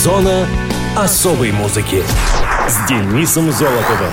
Зона особой музыки с Денисом Золотовым.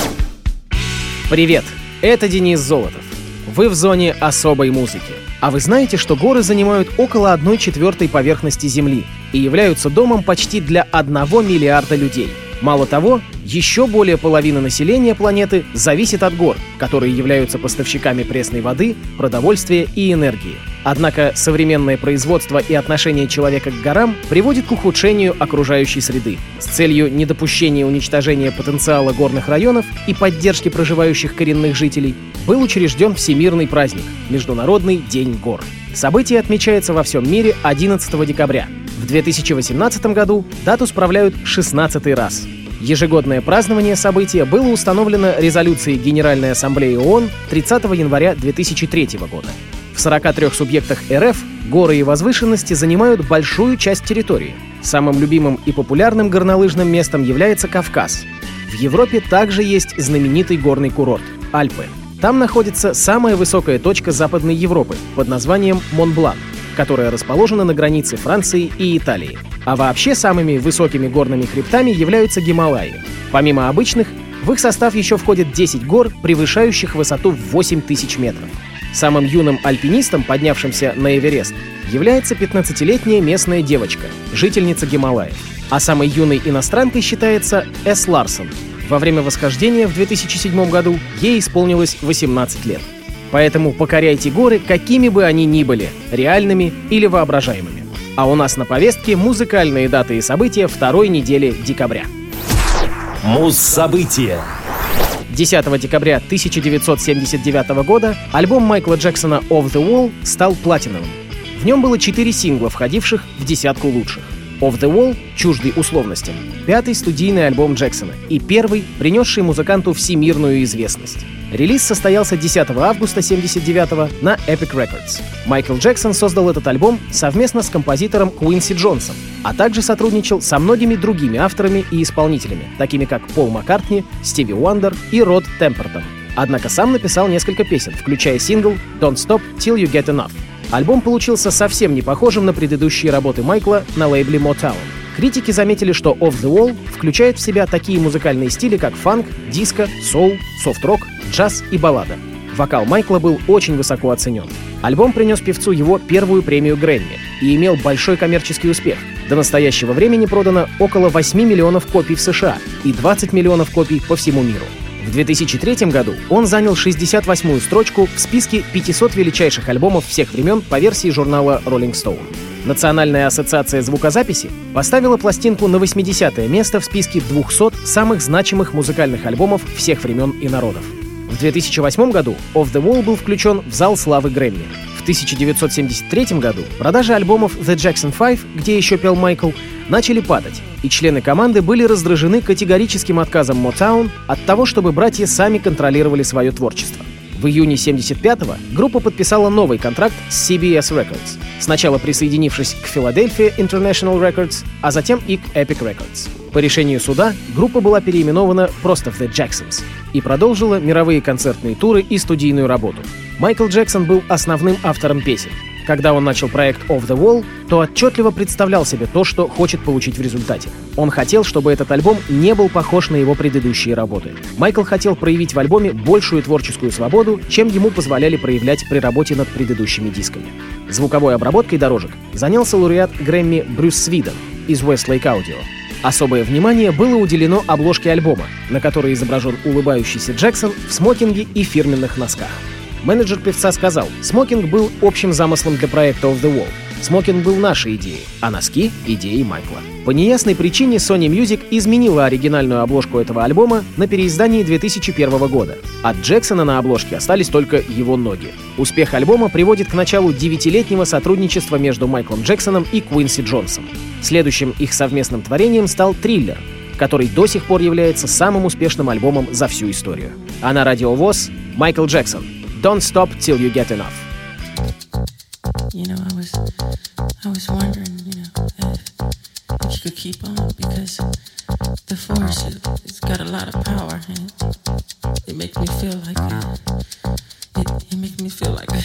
Привет, это Денис Золотов. Вы в зоне особой музыки. А вы знаете, что горы занимают около 1/4 поверхности Земли и являются домом почти для 1 миллиарда людей? Мало того, еще более половины населения планеты зависит от гор, которые являются поставщиками пресной воды, продовольствия и энергии. Однако современное производство и отношение человека к горам приводит к ухудшению окружающей среды. С целью недопущения уничтожения потенциала горных районов и поддержки проживающих коренных жителей был учрежден всемирный праздник — Международный день гор. Событие отмечается во всем мире 11 декабря. В 2018 году дату справляют 16-й раз. Ежегодное празднование события было установлено резолюцией Генеральной Ассамблеи ООН 30 января 2003 года. В 43 субъектах РФ горы и возвышенности занимают большую часть территории. Самым любимым и популярным горнолыжным местом является Кавказ. В Европе также есть знаменитый горный курорт — Альпы. Там находится самая высокая точка Западной Европы под названием Монблан, которая расположена на границе Франции и Италии. А вообще самыми высокими горными хребтами являются Гималаи. Помимо обычных, в их состав еще входят 10 гор, превышающих высоту в 8000 метров. Самым юным альпинистом, поднявшимся на Эверест, является 15-летняя местная девочка, жительница Гималаев. А самой юной иностранкой считается Эс Ларсон. Во время восхождения в 2007 году ей исполнилось 18 лет. Поэтому покоряйте горы, какими бы они ни были, реальными или воображаемыми. А у нас на повестке музыкальные даты и события второй недели декабря. Муз-события. 10 декабря 1979 года альбом Майкла Джексона «Off the Wall» стал платиновым. В нем было 4 сингла, входивших в десятку лучших. «Off the Wall», чуждый условностям, 5-й студийный альбом Джексона и 1-й, принесший музыканту всемирную известность. Релиз состоялся 10 августа 1979 на Epic Records. Майкл Джексон создал этот альбом совместно с композитором Куинси Джонсом, а также сотрудничал со многими другими авторами и исполнителями, такими как Пол Маккартни, Стиви Уандер и Род Темпертон. Однако сам написал несколько песен, включая сингл «Don't Stop Till You Get Enough». Альбом получился совсем не похожим на предыдущие работы Майкла на лейбле Motown. Критики заметили, что «Off the Wall» включает в себя такие музыкальные стили, как фанк, диско, соул, софт-рок, джаз и баллада. Вокал Майкла был очень высоко оценен. Альбом принес певцу его первую премию Грэмми и имел большой коммерческий успех. До настоящего времени продано около 8 миллионов копий в США и 20 миллионов копий по всему миру. В 2003 году он занял 68-ю строчку в списке 500 величайших альбомов всех времен по версии журнала Rolling Stone. Национальная ассоциация звукозаписи поставила пластинку на 80-е место в списке 200 самых значимых музыкальных альбомов всех времен и народов. В 2008 году «Off the Wall» был включен в зал славы Грэмми. В 1973 году продажи альбомов The Jackson 5, где еще пел Майкл, начали падать, и члены команды были раздражены категорическим отказом Motown от того, чтобы братья сами контролировали свое творчество. В июне 1975-го группа подписала новый контракт с CBS Records, сначала присоединившись к Philadelphia International Records, а затем и к Epic Records. По решению суда группа была переименована просто в The Jacksons и продолжила мировые концертные туры и студийную работу. Майкл Джексон был основным автором песен. Когда он начал проект «Off the Wall», то отчетливо представлял себе то, что хочет получить в результате. Он хотел, чтобы этот альбом не был похож на его предыдущие работы. Майкл хотел проявить в альбоме большую творческую свободу, чем ему позволяли проявлять при работе над предыдущими дисками. Звуковой обработкой дорожек занялся лауреат Грэмми Брюс Свиден из Westlake Audio. Особое внимание было уделено обложке альбома, на которой изображен улыбающийся Джексон в смокинге и фирменных носках. Менеджер певца сказал: «Смокинг был общим замыслом для проекта «Off the Wall». Смокинг был нашей идеей, а носки — идеей Майкла». По неясной причине Sony Music изменила оригинальную обложку этого альбома на переиздании 2001 года. От Джексона на обложке остались только его ноги. Успех альбома приводит к началу 9-летнего сотрудничества между Майклом Джексоном и Куинси Джонсом. Следующим их совместным творением стал «Триллер», который до сих пор является самым успешным альбомом за всю историю. А на Радио ВОС Майкл Джексон «Don't Stop Till You Get Enough». You know, I was wondering, if you could keep on, because the force, it's got a lot of power, and it makes me feel like it makes me feel like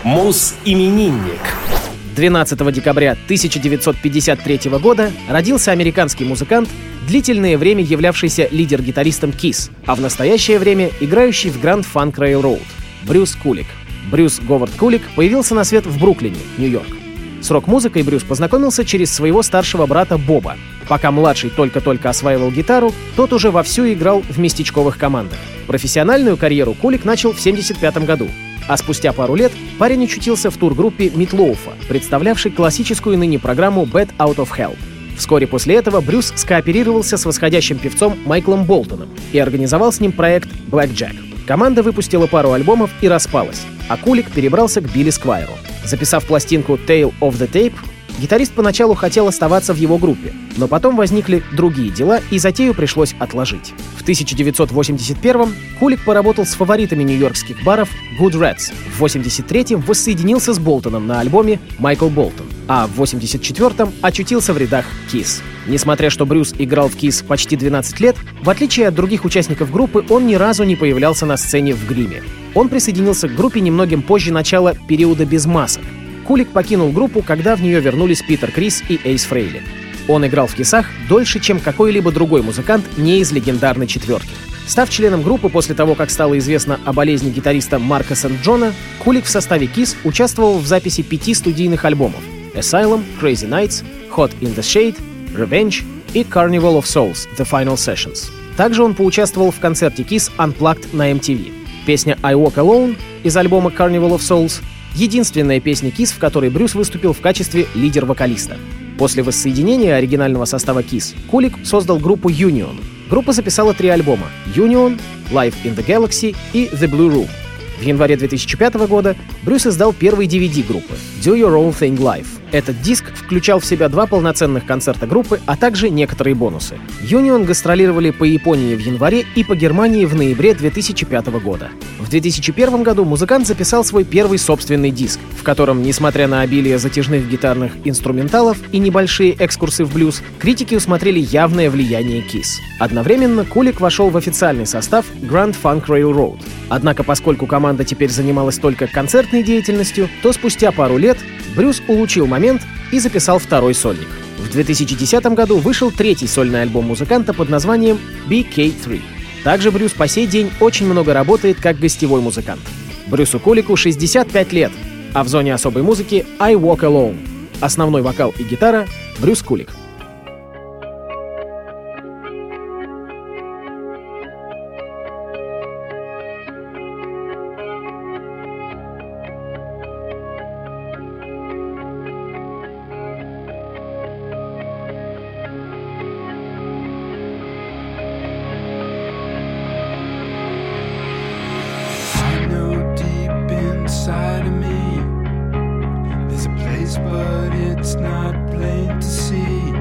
Муз-именинник. 12 декабря 1953 года родился американский музыкант, длительное время являвшийся лидер-гитаристом Kiss, а в настоящее время играющий в Grand Funk Railroad — Брюс Кулик. Брюс Говард Кулик появился на свет в Бруклине, Нью-Йорк. С рок-музыкой Брюс познакомился через своего старшего брата Боба. Пока младший только-только осваивал гитару, тот уже вовсю играл в местечковых командах. Профессиональную карьеру Кулик начал в 1975 году, а спустя пару лет парень очутился в тургруппе Митлоуфа, представлявшей классическую ныне программу «Bat Out of Hell». Вскоре после этого Брюс скооперировался с восходящим певцом Майклом Болтоном и организовал с ним проект Black Jack. Команда выпустила пару альбомов и распалась, а Кулик перебрался к Билли Сквайру. Записав пластинку «Tale of the Tape», гитарист поначалу хотел оставаться в его группе, но потом возникли другие дела, и затею пришлось отложить. В 1981-м Кулик поработал с фаворитами нью-йоркских баров Good Rats. В 1983-м воссоединился с Болтоном на альбоме «Майкл Болтон», а в 1984-м очутился в рядах Kiss. Несмотря что Брюс играл в Kiss почти 12 лет, в отличие от других участников группы, он ни разу не появлялся на сцене в гриме. Он присоединился к группе немногим позже начала периода без масок. Кулик покинул группу, когда в нее вернулись Питер Крис и Эйс Фрейли. Он играл в Киссах дольше, чем какой-либо другой музыкант не из легендарной четверки. Став членом группы после того, как стало известно о болезни гитариста Марка Сент-Джона, Кулик в составе Kiss участвовал в записи 5 студийных альбомов: Asylum, Crazy Nights, Hot in the Shade, Revenge и Carnival of Souls — The Final Sessions. Также он поучаствовал в концерте Kiss Unplugged на MTV. Песня «I Walk Alone» из альбома Carnival of Souls — единственная песня Kiss, в которой Брюс выступил в качестве лидер-вокалиста. После воссоединения оригинального состава Kiss Кулик создал группу Union. Группа записала 3 альбома — Union, Live in the Galaxy и The Blue Room. В январе 2005 года Брюс издал первый DVD группы — Do Your Own Thing Live. Этот диск включал в себя 2 полноценных концерта группы, а также некоторые бонусы. Union гастролировали по Японии в январе и по Германии в ноябре 2005 года. В 2001 году музыкант записал свой первый собственный диск, в котором, несмотря на обилие затяжных гитарных инструменталов и небольшие экскурсы в блюз, критики усмотрели явное влияние Kiss. Одновременно Кулик вошел в официальный состав Grand Funk Railroad. Однако, поскольку команда теперь занималась только концертной деятельностью, то спустя пару лет Брюс улучил момент и записал второй сольник. В 2010 году вышел 3-й сольный альбом музыканта под названием BK3. Также Брюс по сей день очень много работает как гостевой музыкант. Брюсу Кулику 65 лет, а в зоне особой музыки I Walk Alone. Основной вокал и гитара — Брюс Кулик. Inside of me, there's a place, but it's not plain to see.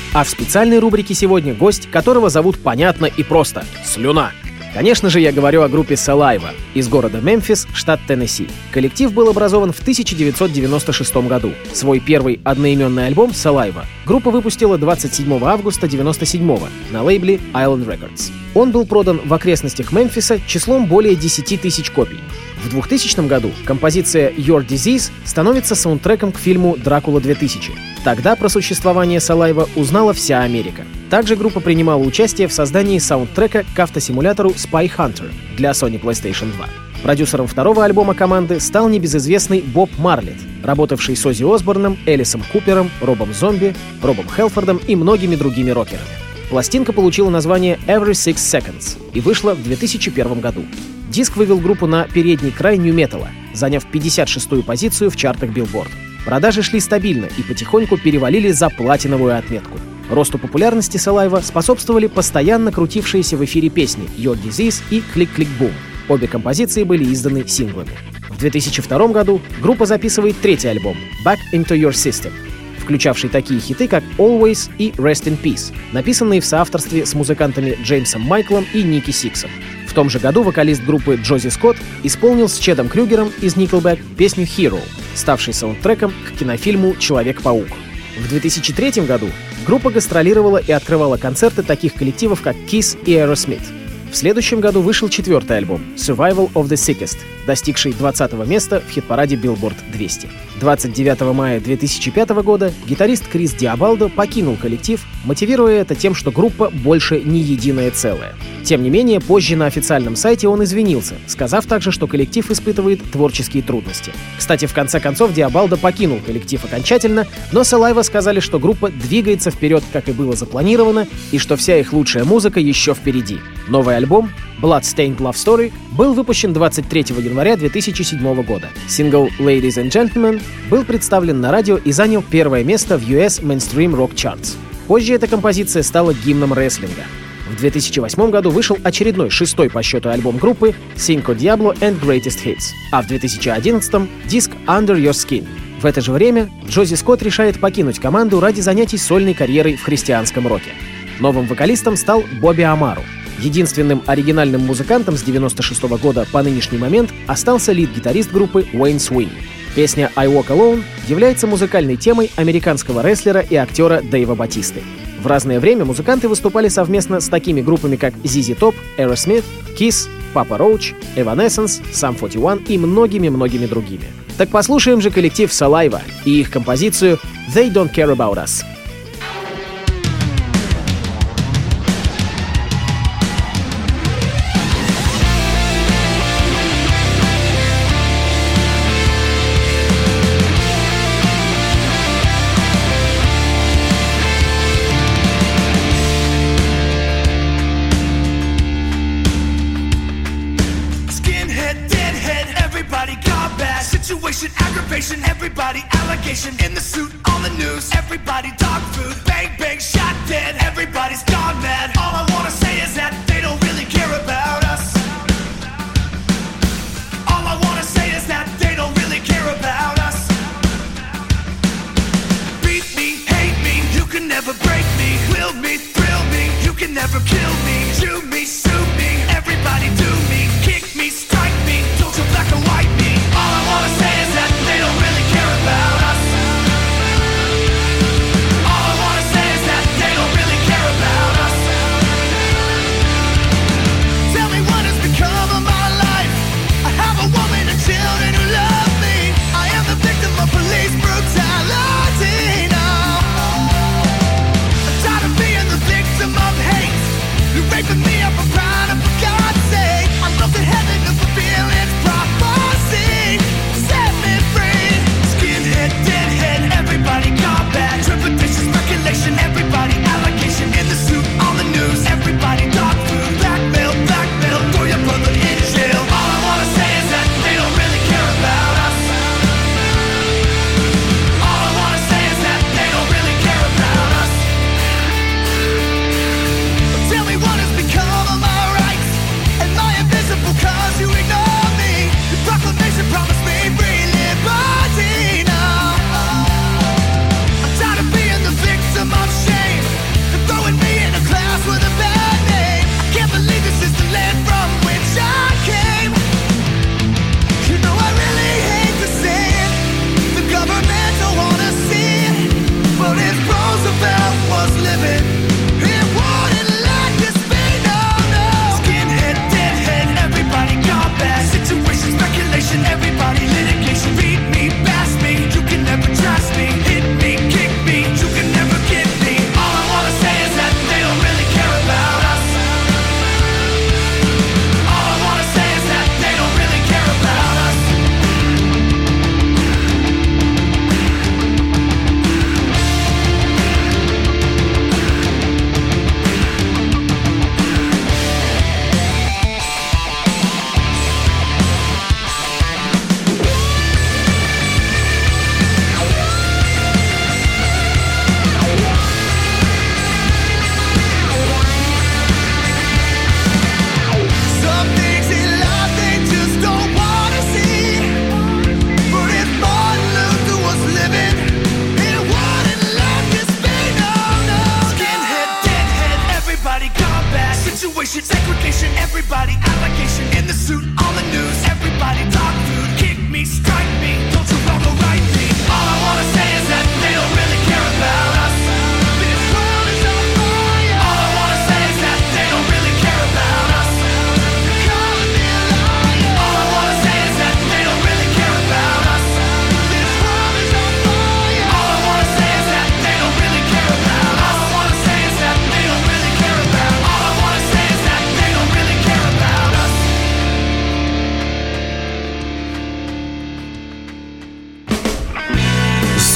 А в специальной рубрике сегодня гость, которого зовут понятно и просто — Слюна. Конечно же, я говорю о группе Saliva из города Мемфис, штат Теннесси. Коллектив был образован в 1996 году. Свой первый одноименный альбом Saliva группа выпустила 27 августа 1997 на лейбле Island Records. Он был продан в окрестностях Мемфиса числом более 10 тысяч копий. В 2000 году композиция Your Disease становится саундтреком к фильму «Дракула 2000». Тогда про существование Saliva узнала вся Америка. Также группа принимала участие в создании саундтрека к автосимулятору Spy Hunter для Sony PlayStation 2. Продюсером второго альбома команды стал небезызвестный Боб Марлетт, работавший с Оззи Осборном, Элисом Купером, Робом Зомби, Робом Хелфордом и многими другими рокерами. Пластинка получила название Every Six Seconds и вышла в 2001 году. Диск вывел группу на передний край нью-металла, заняв 56-ю позицию в чартах Billboard. Продажи шли стабильно и потихоньку перевалили за платиновую отметку. Росту популярности Saliva способствовали постоянно крутившиеся в эфире песни Your Disease и Click Click Boom. Обе композиции были изданы синглами. В 2002 году группа записывает третий альбом Back Into Your System, включавший такие хиты, как Always и Rest in Peace, написанные в соавторстве с музыкантами Джеймсом Майклом и Ники Сиксом. В том же году вокалист группы Джози Скотт исполнил с Чедом Крюгером из Nickelback песню Hero, ставшей саундтреком к кинофильму «Человек-паук». В 2003 году группа гастролировала и открывала концерты таких коллективов, как Kiss и Aerosmith. В следующем году вышел четвертый альбом Survival of the Sickest, достигший 20-го места в хит-параде Billboard 200. 29 мая 2005 года гитарист Крис Диабалдо покинул коллектив, мотивируя это тем, что группа больше не единое целое. Тем не менее, позже на официальном сайте он извинился, сказав также, что коллектив испытывает творческие трудности. Кстати, в конце концов Диабалдо покинул коллектив окончательно, но Saliva сказали, что группа двигается вперед, как и было запланировано, и что вся их лучшая музыка еще впереди. Новый альбом Bloodstained Love Story был выпущен 23 января 2007 года. Сингл Ladies and Gentlemen был представлен на радио и занял первое место в US Mainstream Rock Charts. Позже эта композиция стала гимном рестлинга. В 2008 году вышел очередной, 6-й по счету альбом группы Cinco Diablo and Greatest Hits, а в 2011 диск Under Your Skin. В это же время Джози Скотт решает покинуть команду ради занятий сольной карьерой в христианском роке. Новым вокалистом стал Бобби Амару. Единственным оригинальным музыкантом с 1996 года по нынешний момент остался лид-гитарист группы Уэйн Свинни. Песня «I Walk Alone» является музыкальной темой американского рестлера и актера Дэйва Батисты. В разное время музыканты выступали совместно с такими группами, как ZZ Top, Aerosmith, Kiss, Papa Roach, Evanescence, Sum 41 и многими-многими другими. Так послушаем же коллектив Saliva и их композицию «They Don't Care About Us». Aggravation, everybody allegation in the suit, on the news, everybody dog food, bang bang, shot dead, everybody's gone mad. All I wanna say is that they don't really care about us. All I wanna say is that they don't really care about us. Beat me, hate me, you can never break me. Will me, thrill me, you can never kill me. Chew me, sue me, everybody do me. Kick me, strike me, don't you black or white me. All I wanna say is that they don't really care about us. All I wanna say is that they don't really care about us. Tell me what has become of my life. I have a woman and children who love me. I am the victim of police brutality now. I'm tired of being the victim of hate. You're raping me up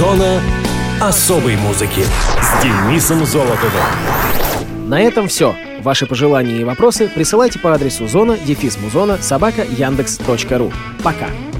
Зона особой музыки с Денисом Золотовым. На этом все. Ваши пожелания и вопросы присылайте по адресу zona-muzona@yandex.ru. Пока.